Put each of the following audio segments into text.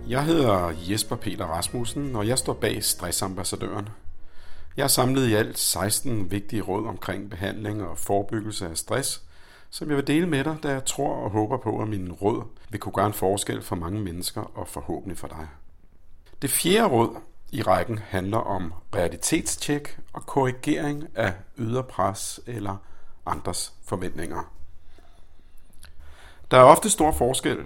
Jeg hedder Jesper Peter Rasmussen, og jeg står bag Stressambassadøren. Jeg har samlet i alt 16 vigtige råd omkring behandling og forebyggelse af stress, som jeg vil dele med dig, da jeg tror og håber på, at mine råd vil kunne gøre en forskel for mange mennesker og forhåbentlig for dig. Det fjerde råd i rækken handler om realitetstjek og korrigering af ydre pres eller andres forventninger. Der er ofte stor forskel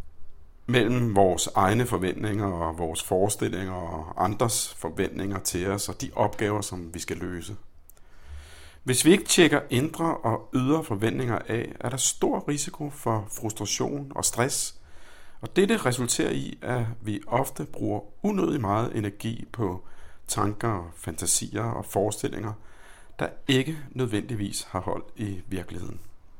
mellem vores egne forventninger og vores forestillinger og andres forventninger til os og de opgaver, som vi skal løse. Hvis vi ikke tjekker indre og ydre forventninger af, er der stor risiko for frustration og stress, og dette resulterer i, at vi ofte bruger unødig meget energi på tanker, fantasier og forestillinger, der ikke nødvendigvis har hold i virkeligheden.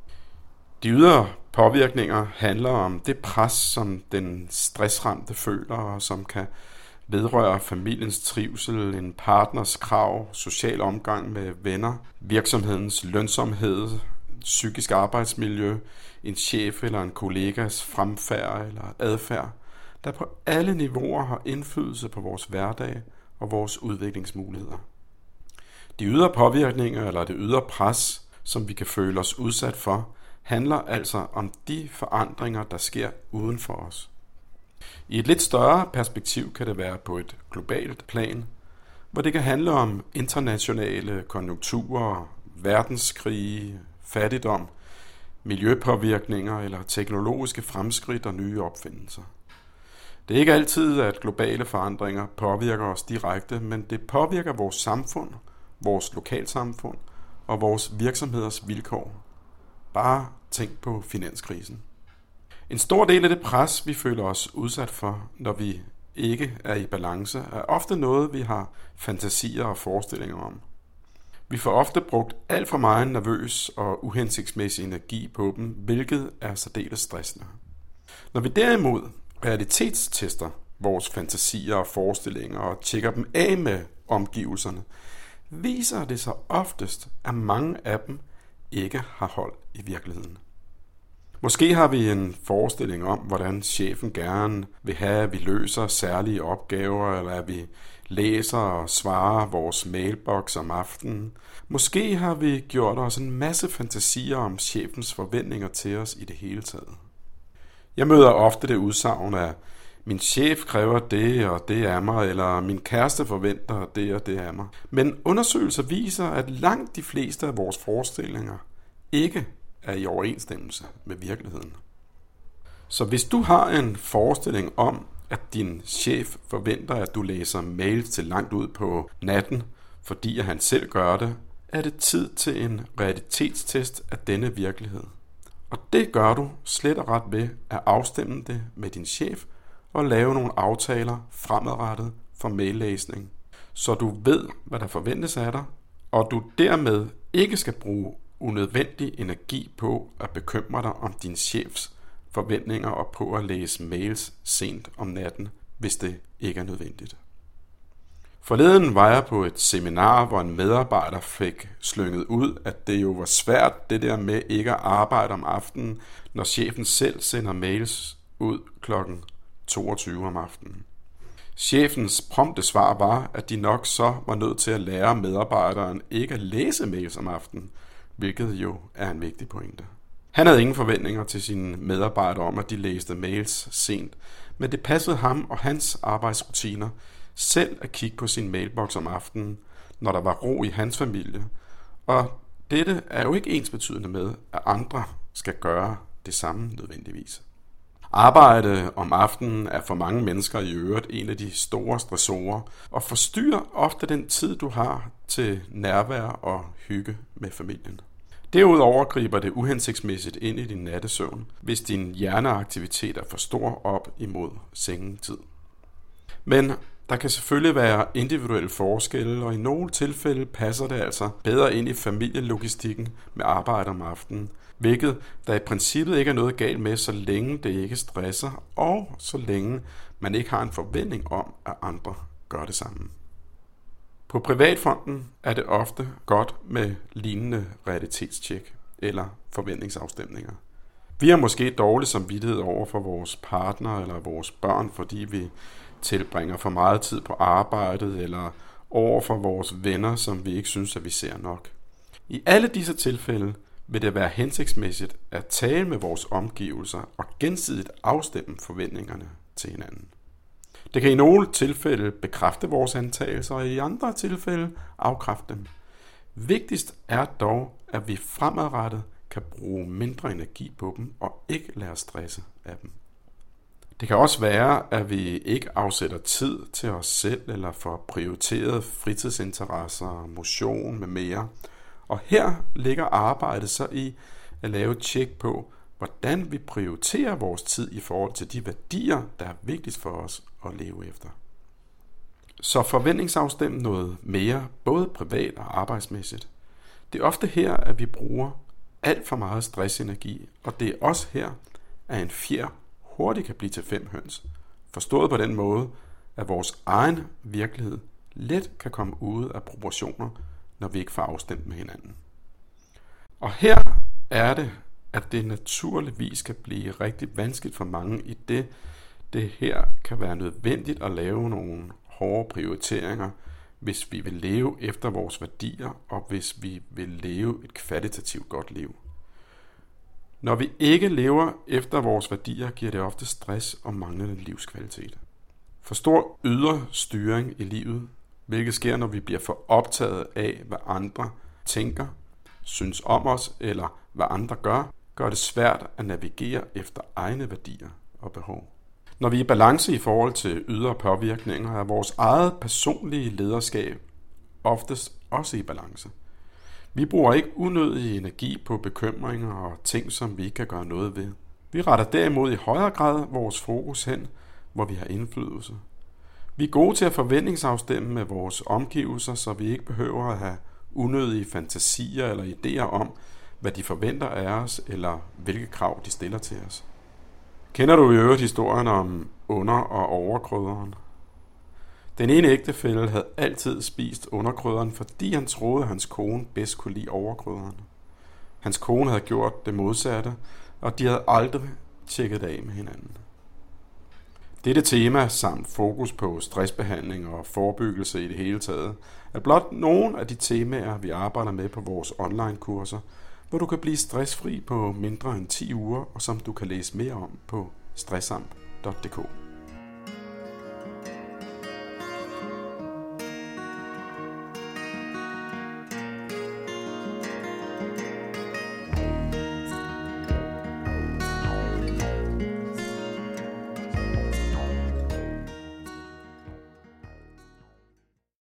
De ydre påvirkninger handler om det pres, som den stressramte føler, og som kan vedrøre familiens trivsel, en partners krav, social omgang med venner, virksomhedens lønsomhed, psykisk arbejdsmiljø, en chef eller en kollegas fremfærd eller adfærd, der på alle niveauer har indflydelse på vores hverdag og vores udviklingsmuligheder. De ydre påvirkninger eller det ydre pres, som vi kan føle os udsat for, handler altså om de forandringer, der sker uden for os. I et lidt større perspektiv kan det være på et globalt plan, hvor det kan handle om internationale konjunkturer, verdenskrige, fattigdom, miljøpåvirkninger eller teknologiske fremskridt og nye opfindelser. Det er ikke altid, at globale forandringer påvirker os direkte, men det påvirker vores samfund, vores lokalsamfund og vores virksomheders vilkår. Bare tænk på finanskrisen. En stor del af det pres, vi føler os udsat for, når vi ikke er i balance, er ofte noget, vi har fantasier og forestillinger om. Vi får ofte brugt alt for meget nervøs og uhensigtsmæssig energi på dem, hvilket er særdeles stressende. Når vi derimod realitetstester vores fantasier og forestillinger og tjekker dem af med omgivelserne, viser det sig oftest, at mange af dem ikke har hold i virkeligheden. Måske har vi en forestilling om, hvordan chefen gerne vil have, at vi løser særlige opgaver, eller at vi læser og svarer vores mailbox om aftenen. Måske har vi gjort os en masse fantasier om chefens forventninger til os i det hele taget. Jeg møder ofte det udsagn, at min chef kræver det og det af mig, eller min kæreste forventer det og det af mig. Men undersøgelser viser, at langt de fleste af vores forestillinger ikke er i overensstemmelse med virkeligheden. Så hvis du har en forestilling om, at din chef forventer, at du læser mails til langt ud på natten, fordi han selv gør det, er det tid til en realitetstest af denne virkelighed. Og det gør du slet og ret ved at afstemme det med din chef og lave nogle aftaler fremadrettet for maillæsning, så du ved, hvad der forventes af dig, og du dermed ikke skal bruge unødvendig energi på at bekymre dig om din chefs forventninger og på at læse mails sent om natten, hvis det ikke er nødvendigt. Forleden var jeg på et seminar, hvor en medarbejder fik slynget ud, at det jo var svært det der med ikke at arbejde om aftenen, når chefen selv sender mails ud kl. 22 om aftenen. Chefens prompte svar var, at de nok så var nødt til at lære medarbejderen ikke at læse mails om aftenen, hvilket jo er en vigtig pointe. Han havde ingen forventninger til sine medarbejdere om, at de læste mails sent, men det passede ham og hans arbejdsrutiner selv at kigge på sin mailbox om aftenen, når der var ro i hans familie. Og dette er jo ikke ensbetydende med, at andre skal gøre det samme nødvendigvis. Arbejde om aftenen er for mange mennesker i øvrigt en af de store stressorer, og forstyrrer ofte den tid, du har til nærvær og hygge med familien. Derudover griber det uhensigtsmæssigt ind i din nattesøvn, hvis din hjerneaktivitet er for stor op imod sengetid. Men der kan selvfølgelig være individuelle forskelle, og i nogle tilfælde passer det altså bedre ind i familielogistikken med arbejde om aftenen, hvilket der i princippet ikke er noget galt med, så længe det ikke stresser, og så længe man ikke har en forventning om, at andre gør det samme. På privatfronten er det ofte godt med lignende realitetstjek eller forventningsafstemninger. Vi har måske dårlig samvittighed over for vores partner eller vores børn, fordi vi tilbringer for meget tid på arbejdet, eller over for vores venner, som vi ikke synes, at vi ser nok. I alle disse tilfælde vil det være hensigtsmæssigt at tale med vores omgivelser og gensidigt afstemme forventningerne til hinanden. Det kan i nogle tilfælde bekræfte vores antagelser, og i andre tilfælde afkræfte dem. Vigtigst er dog, at vi fremadrettet kan bruge mindre energi på dem og ikke lade os stresse af dem. Det kan også være, at vi ikke afsætter tid til os selv eller får prioriteret fritidsinteresser, motion med mere. Og her ligger arbejdet så i at lave et tjek på, hvordan vi prioriterer vores tid i forhold til de værdier, der er vigtigst for os at leve efter. Så forventningsafstem noget mere, både privat og arbejdsmæssigt. Det er ofte her, at vi bruger alt for meget stressenergi, og det er også her, at en fjer hurtigt kan blive til 5 høns. Forstået på den måde, at vores egen virkelighed let kan komme ud af proportioner, når vi ikke får afstemt med hinanden. Og her er det, at det naturligvis kan blive rigtig vanskeligt for mange, i det her kan være nødvendigt at lave nogle hårde prioriteringer, hvis vi vil leve efter vores værdier, og hvis vi vil leve et kvalitativt godt liv. Når vi ikke lever efter vores værdier, giver det ofte stress og manglende livskvalitet. For stor ydre styring i livet, hvilket sker, når vi bliver for optaget af, hvad andre tænker, synes om os, eller hvad andre gør det svært at navigere efter egne værdier og behov. Når vi er i balance i forhold til ydre påvirkninger, er vores eget personlige lederskab oftest også i balance. Vi bruger ikke unødig energi på bekymringer og ting, som vi ikke kan gøre noget ved. Vi retter derimod i højere grad vores fokus hen, hvor vi har indflydelse. Vi er gode til at forventningsafstemme med vores omgivelser, så vi ikke behøver at have unødige fantasier eller idéer om, hvad de forventer af os, eller hvilke krav de stiller til os. Kender du i øvrigt historien om under- og overkrydderen? Den ene ægtefælle havde altid spist underkrydderen, fordi han troede, at hans kone bedst kunne lide overkrydderen. Hans kone havde gjort det modsatte, og de havde aldrig tjekket det af med hinanden. Dette tema samt fokus på stressbehandling og forebyggelse i det hele taget er blot nogle af de temaer, vi arbejder med på vores online-kurser, hvor du kan blive stressfri på mindre end 10 uger, og som du kan læse mere om på stressamp.dk.